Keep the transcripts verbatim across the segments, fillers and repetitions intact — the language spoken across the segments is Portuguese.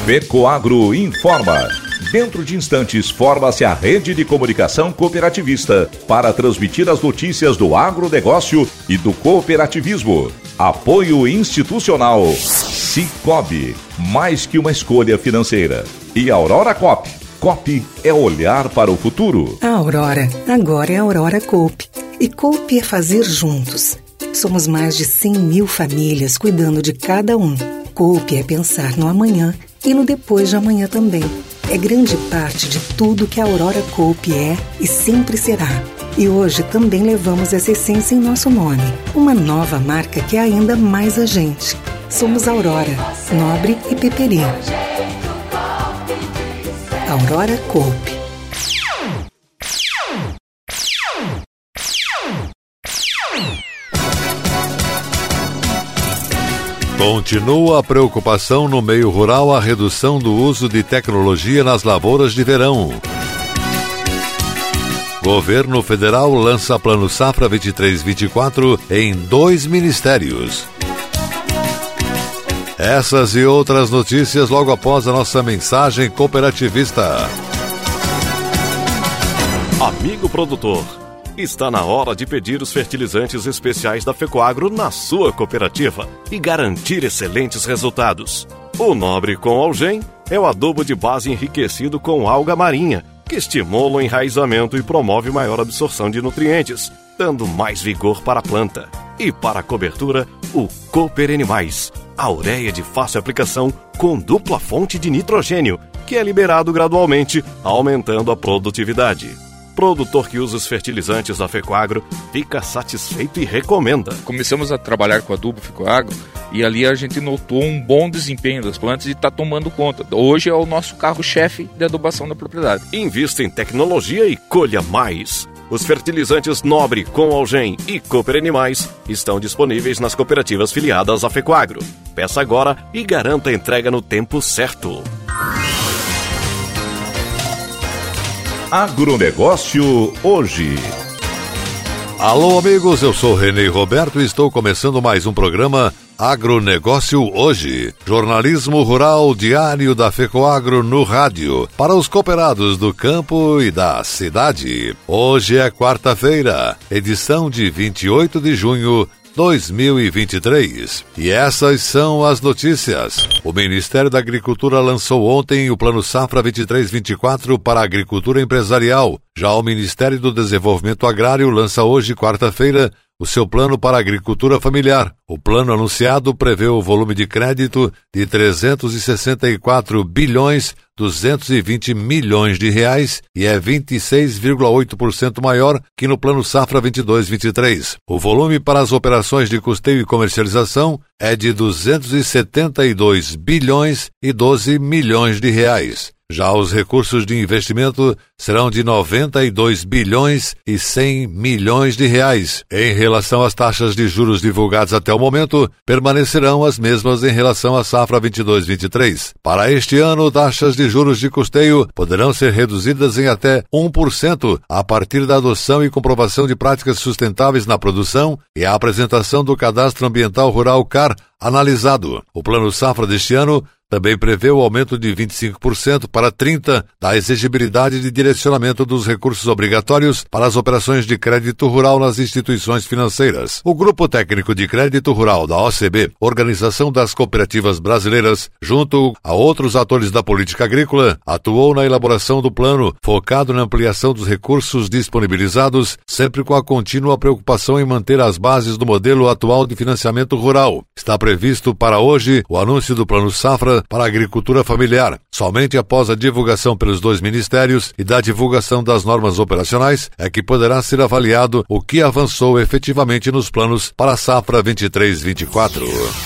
FECOAGRO informa. Dentro de instantes, forma-se a rede de comunicação cooperativista para transmitir as notícias do agronegócio e do cooperativismo. Apoio institucional. Cicobi, mais que uma escolha financeira. E Aurora Coop. Coop é olhar para o futuro. A Aurora, agora é a Aurora Coop. E Coop é fazer juntos. Somos mais de cem mil famílias cuidando de cada um. Coop é pensar no amanhã e no depois de amanhã também. É grande parte de tudo que a Aurora Coop é e sempre será. E hoje também levamos essa essência em nosso nome. Uma nova marca que é ainda mais a gente. Somos Aurora, Nobre e Peperi. Aurora Coop. Continua a preocupação no meio rural a redução do uso de tecnologia nas lavouras de verão. Governo Federal lança Plano Safra vinte e três vinte e quatro em dois ministérios. Essas e outras notícias logo após a nossa mensagem cooperativista. Amigo produtor, está na hora de pedir os fertilizantes especiais da FECOAGRO na sua cooperativa e garantir excelentes resultados. O Nobre com Algem é o adubo de base enriquecido com alga marinha, que estimula o enraizamento e promove maior absorção de nutrientes, dando mais vigor para a planta. E para a cobertura, o Cooper Animais, a ureia de fácil aplicação com dupla fonte de nitrogênio, que é liberado gradualmente, aumentando a produtividade. Produtor que usa os fertilizantes da FECOAGRO fica satisfeito e recomenda. Começamos a trabalhar com adubo FECOAGRO e ali a gente notou um bom desempenho das plantas e está tomando conta. Hoje é o nosso carro-chefe de adubação da propriedade. Invista em tecnologia e colha mais. Os fertilizantes Nobre, com Algem e Cooper Animais estão disponíveis nas cooperativas filiadas à FECOAGRO. Peça agora e garanta a entrega no tempo certo. Agronegócio hoje. Alô amigos, eu sou Renê Roberto e estou começando mais um programa Agronegócio hoje. Jornalismo rural diário da FECOAGRO no rádio, para os cooperados do campo e da cidade. Hoje é quarta-feira, edição de vinte e oito de junho de dois mil e vinte e três. E essas são as notícias. O Ministério da Agricultura lançou ontem o Plano Safra vinte e três vinte e quatro para a agricultura empresarial. Já o Ministério do Desenvolvimento Agrário lança hoje, quarta-feira, o seu plano para a agricultura familiar. O plano anunciado prevê o volume de crédito de trezentos e sessenta e quatro bilhões duzentos e vinte milhões de reais e é vinte e seis vírgula oito por cento maior que no Plano Safra vinte e dois vinte e três. O volume para as operações de custeio e comercialização é de duzentos e setenta e dois bilhões e doze milhões de reais. Já os recursos de investimento serão de noventa e dois bilhões e cem milhões de reais. Em relação às taxas de juros divulgadas até o momento, permanecerão as mesmas em relação à safra vinte e dois vinte e três. Para este ano, taxas de juros de custeio poderão ser reduzidas em até um por cento a partir da adoção e comprovação de práticas sustentáveis na produção e a apresentação do Cadastro Ambiental Rural C A R analisado. O Plano Safra deste ano também prevê o aumento de vinte e cinco por cento para trinta por cento da exigibilidade de direcionamento dos recursos obrigatórios para as operações de crédito rural nas instituições financeiras. O Grupo Técnico de Crédito Rural da O C B, Organização das Cooperativas Brasileiras, junto a outros atores da política agrícola, atuou na elaboração do plano, focado na ampliação dos recursos disponibilizados, sempre com a contínua preocupação em manter as bases do modelo atual de financiamento rural. Está previsto para hoje o anúncio do Plano Safra para a agricultura familiar. Somente após a divulgação pelos dois ministérios e da divulgação das normas operacionais é que poderá ser avaliado o que avançou efetivamente nos planos para a safra vinte e três vinte e quatro.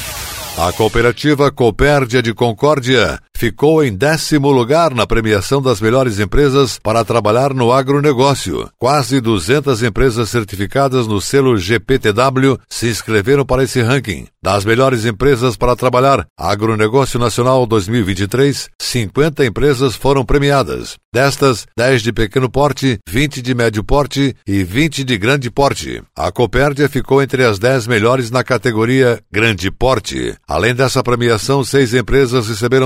A cooperativa Coopérdia de Concórdia ficou em décimo lugar na premiação das melhores empresas para trabalhar no agronegócio. Quase duzentas empresas certificadas no selo G P T W se inscreveram para esse ranking. Das melhores empresas para trabalhar Agronegócio Nacional dois mil e vinte e três, cinquenta empresas foram premiadas. Destas, dez de pequeno porte, vinte de médio porte e vinte de grande porte. A Coopérdia ficou entre as dez melhores na categoria grande porte. Além dessa premiação, seis empresas receberam troféu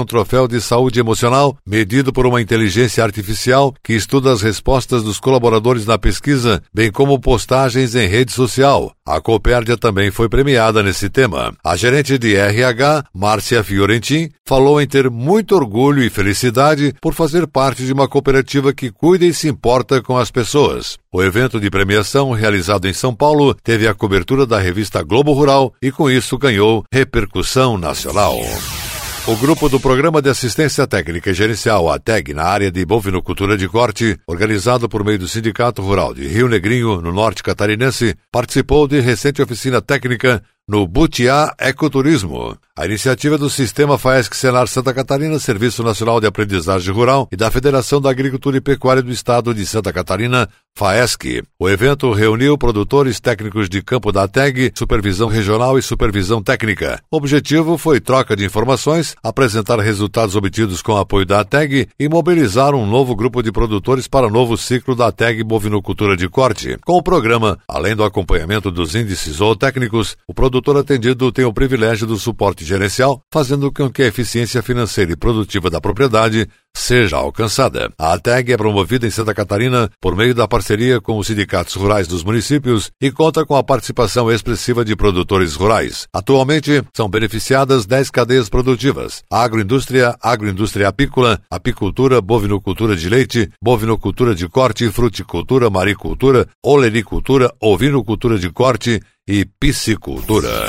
nível de saúde emocional, medido por uma inteligência artificial que estuda as respostas dos colaboradores na pesquisa, bem como postagens em rede social. A Copérdia também foi premiada nesse tema. A gerente de R H, Márcia Fiorentin, falou em ter muito orgulho e felicidade por fazer parte de uma cooperativa que cuida e se importa com as pessoas. O evento de premiação, realizado em São Paulo, teve a cobertura da revista Globo Rural e, com isso, ganhou repercussão nacional. O grupo do Programa de Assistência Técnica e Gerencial, A T E G, na área de bovinocultura de corte, organizado por meio do Sindicato Rural de Rio Negrinho, no norte catarinense, participou de recente oficina técnica no Butiá Ecoturismo. A iniciativa do Sistema FAESC Senar Santa Catarina, Serviço Nacional de Aprendizagem Rural, e da Federação da Agricultura e Pecuária do Estado de Santa Catarina, FAESC. O evento reuniu produtores técnicos de campo da A T E G, supervisão regional e supervisão técnica. O objetivo foi troca de informações, apresentar resultados obtidos com o apoio da A T E G e mobilizar um novo grupo de produtores para o novo ciclo da A T E G Bovinocultura de Corte. Com o programa, além do acompanhamento dos índices zootécnicos, o produtor atendido tem o privilégio do suporte gerencial, fazendo com que a eficiência financeira e produtiva da propriedade seja alcançada. A A T E G é promovida em Santa Catarina por meio da parceria com os sindicatos rurais dos municípios e conta com a participação expressiva de produtores rurais. Atualmente, são beneficiadas dez cadeias produtivas: agroindústria, agroindústria apícola, apicultura, bovinocultura de leite, bovinocultura de corte, fruticultura, maricultura, olericultura, ovinocultura de corte e piscicultura.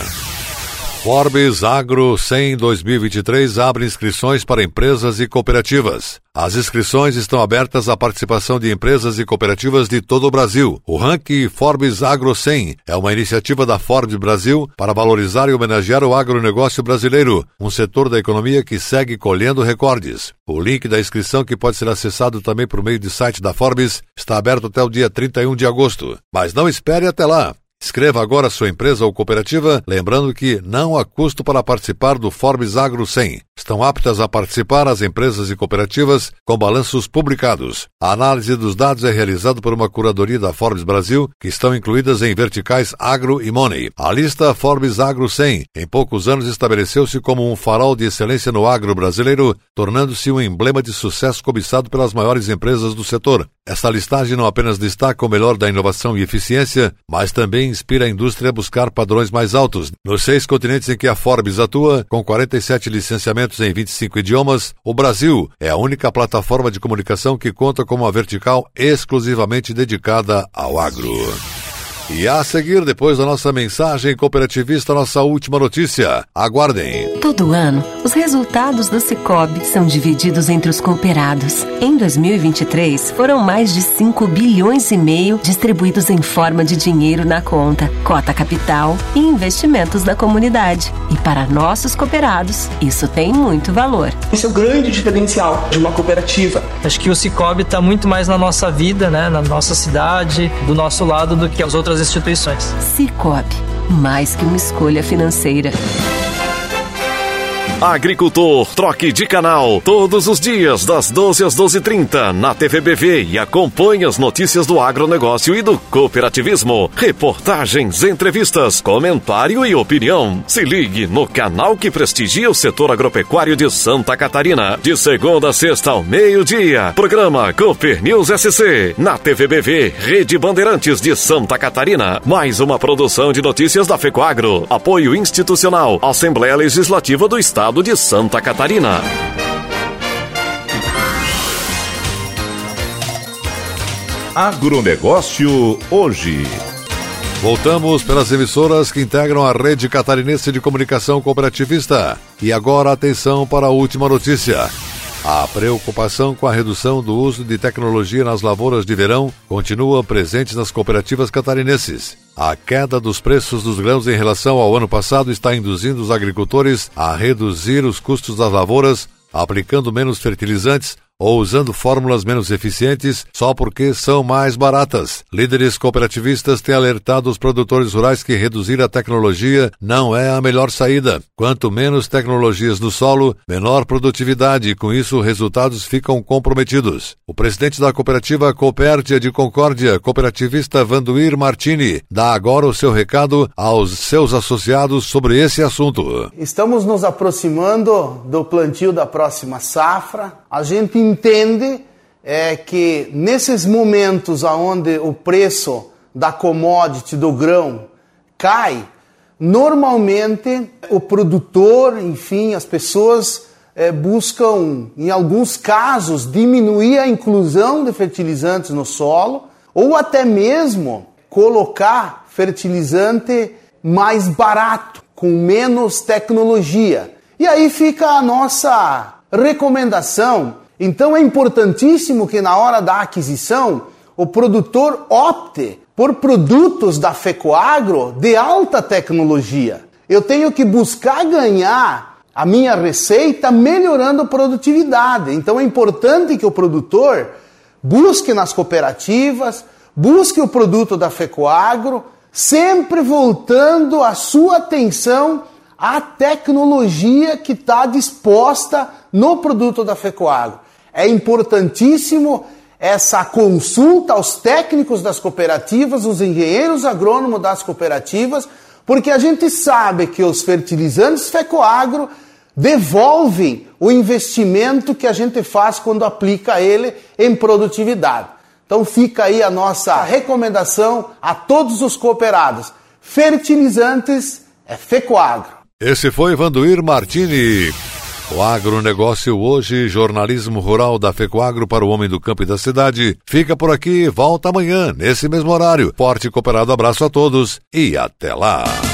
Forbes Agro cem dois mil e vinte e três abre inscrições para empresas e cooperativas. As inscrições estão abertas à participação de empresas e cooperativas de todo o Brasil. O ranking Forbes Agro cem é uma iniciativa da Forbes Brasil para valorizar e homenagear o agronegócio brasileiro, um setor da economia que segue colhendo recordes. O link da inscrição, que pode ser acessado também por meio do site da Forbes, está aberto até o dia trinta e um de agosto. Mas não espere até lá. Escreva agora sua empresa ou cooperativa, lembrando que não há custo para participar do Forbes Agro cem. Estão aptas a participar as empresas e cooperativas com balanços publicados. A análise dos dados é realizada por uma curadoria da Forbes Brasil, que estão incluídas em verticais Agro e Money. A lista Forbes Agro cem, em poucos anos, estabeleceu-se como um farol de excelência no agro brasileiro, tornando-se um emblema de sucesso cobiçado pelas maiores empresas do setor. Esta listagem não apenas destaca o melhor da inovação e eficiência, mas também inspira a indústria a buscar padrões mais altos. Nos seis continentes em que a Forbes atua, com quarenta e sete licenciamentos em vinte e cinco idiomas, o Brasil é a única plataforma de comunicação que conta com uma vertical exclusivamente dedicada ao agro. E a seguir, depois da nossa mensagem cooperativista, nossa última notícia. Aguardem. Todo ano, os resultados do Sicoob são divididos entre os cooperados. Em dois mil e vinte e três, foram mais de cinco bilhões e meio distribuídos em forma de dinheiro na conta, cota capital e investimentos na comunidade. E para nossos cooperados, isso tem muito valor. Esse é o grande diferencial de uma cooperativa. Acho que o Sicoob está muito mais na nossa vida, né, na nossa cidade, do nosso lado, do que as outras instituições. Sicoob, mais que uma escolha financeira. Agricultor, troque de canal todos os dias das doze às doze e trinta na T V B V e acompanhe as notícias do agronegócio e do cooperativismo. Reportagens, entrevistas, comentário e opinião. Se ligue no canal que prestigia o setor agropecuário de Santa Catarina. De segunda a sexta ao meio-dia. Programa Cooper News S C na T V B V, Rede Bandeirantes de Santa Catarina. Mais uma produção de notícias da FECOAGRO. Apoio institucional, Assembleia Legislativa do Estado de Santa Catarina. Agronegócio hoje. Voltamos pelas emissoras que integram a Rede Catarinense de Comunicação Cooperativista. E agora atenção para a última notícia. A preocupação com a redução do uso de tecnologia nas lavouras de verão continua presente nas cooperativas catarinenses. A queda dos preços dos grãos em relação ao ano passado está induzindo os agricultores a reduzir os custos das lavouras, aplicando menos fertilizantes, ou usando fórmulas menos eficientes só porque são mais baratas. Líderes cooperativistas têm alertado os produtores rurais que reduzir a tecnologia não é a melhor saída. Quanto menos tecnologias no solo, menor produtividade e com isso resultados ficam comprometidos. O presidente da cooperativa Coopértia de Concórdia, cooperativista Vanduir Martini, dá agora o seu recado aos seus associados sobre esse assunto. Estamos nos aproximando do plantio da próxima safra. A gente entende é, que nesses momentos onde o preço da commodity, do grão, cai, normalmente o produtor, enfim, as pessoas é, buscam, em alguns casos, diminuir a inclusão de fertilizantes no solo ou até mesmo colocar fertilizante mais barato, com menos tecnologia. E aí fica a nossa recomendação. Então é importantíssimo que na hora da aquisição o produtor opte por produtos da FECOAGRO de alta tecnologia. Eu tenho que buscar ganhar a minha receita melhorando a produtividade. Então é importante que o produtor busque nas cooperativas, busque o produto da FECOAGRO, sempre voltando a sua atenção à tecnologia que está disposta no produto da FECOAGRO. É importantíssimo essa consulta aos técnicos das cooperativas, os engenheiros agrônomos das cooperativas, porque a gente sabe que os fertilizantes FECOAGRO devolvem o investimento que a gente faz quando aplica ele em produtividade. Então fica aí a nossa recomendação a todos os cooperados. Fertilizantes é FECOAGRO. Esse foi Vanduir Martini. O agronegócio hoje, jornalismo rural da FECOAGRO para o homem do campo e da cidade. Fica por aqui, volta amanhã, nesse mesmo horário. Forte e cooperado abraço a todos e até lá.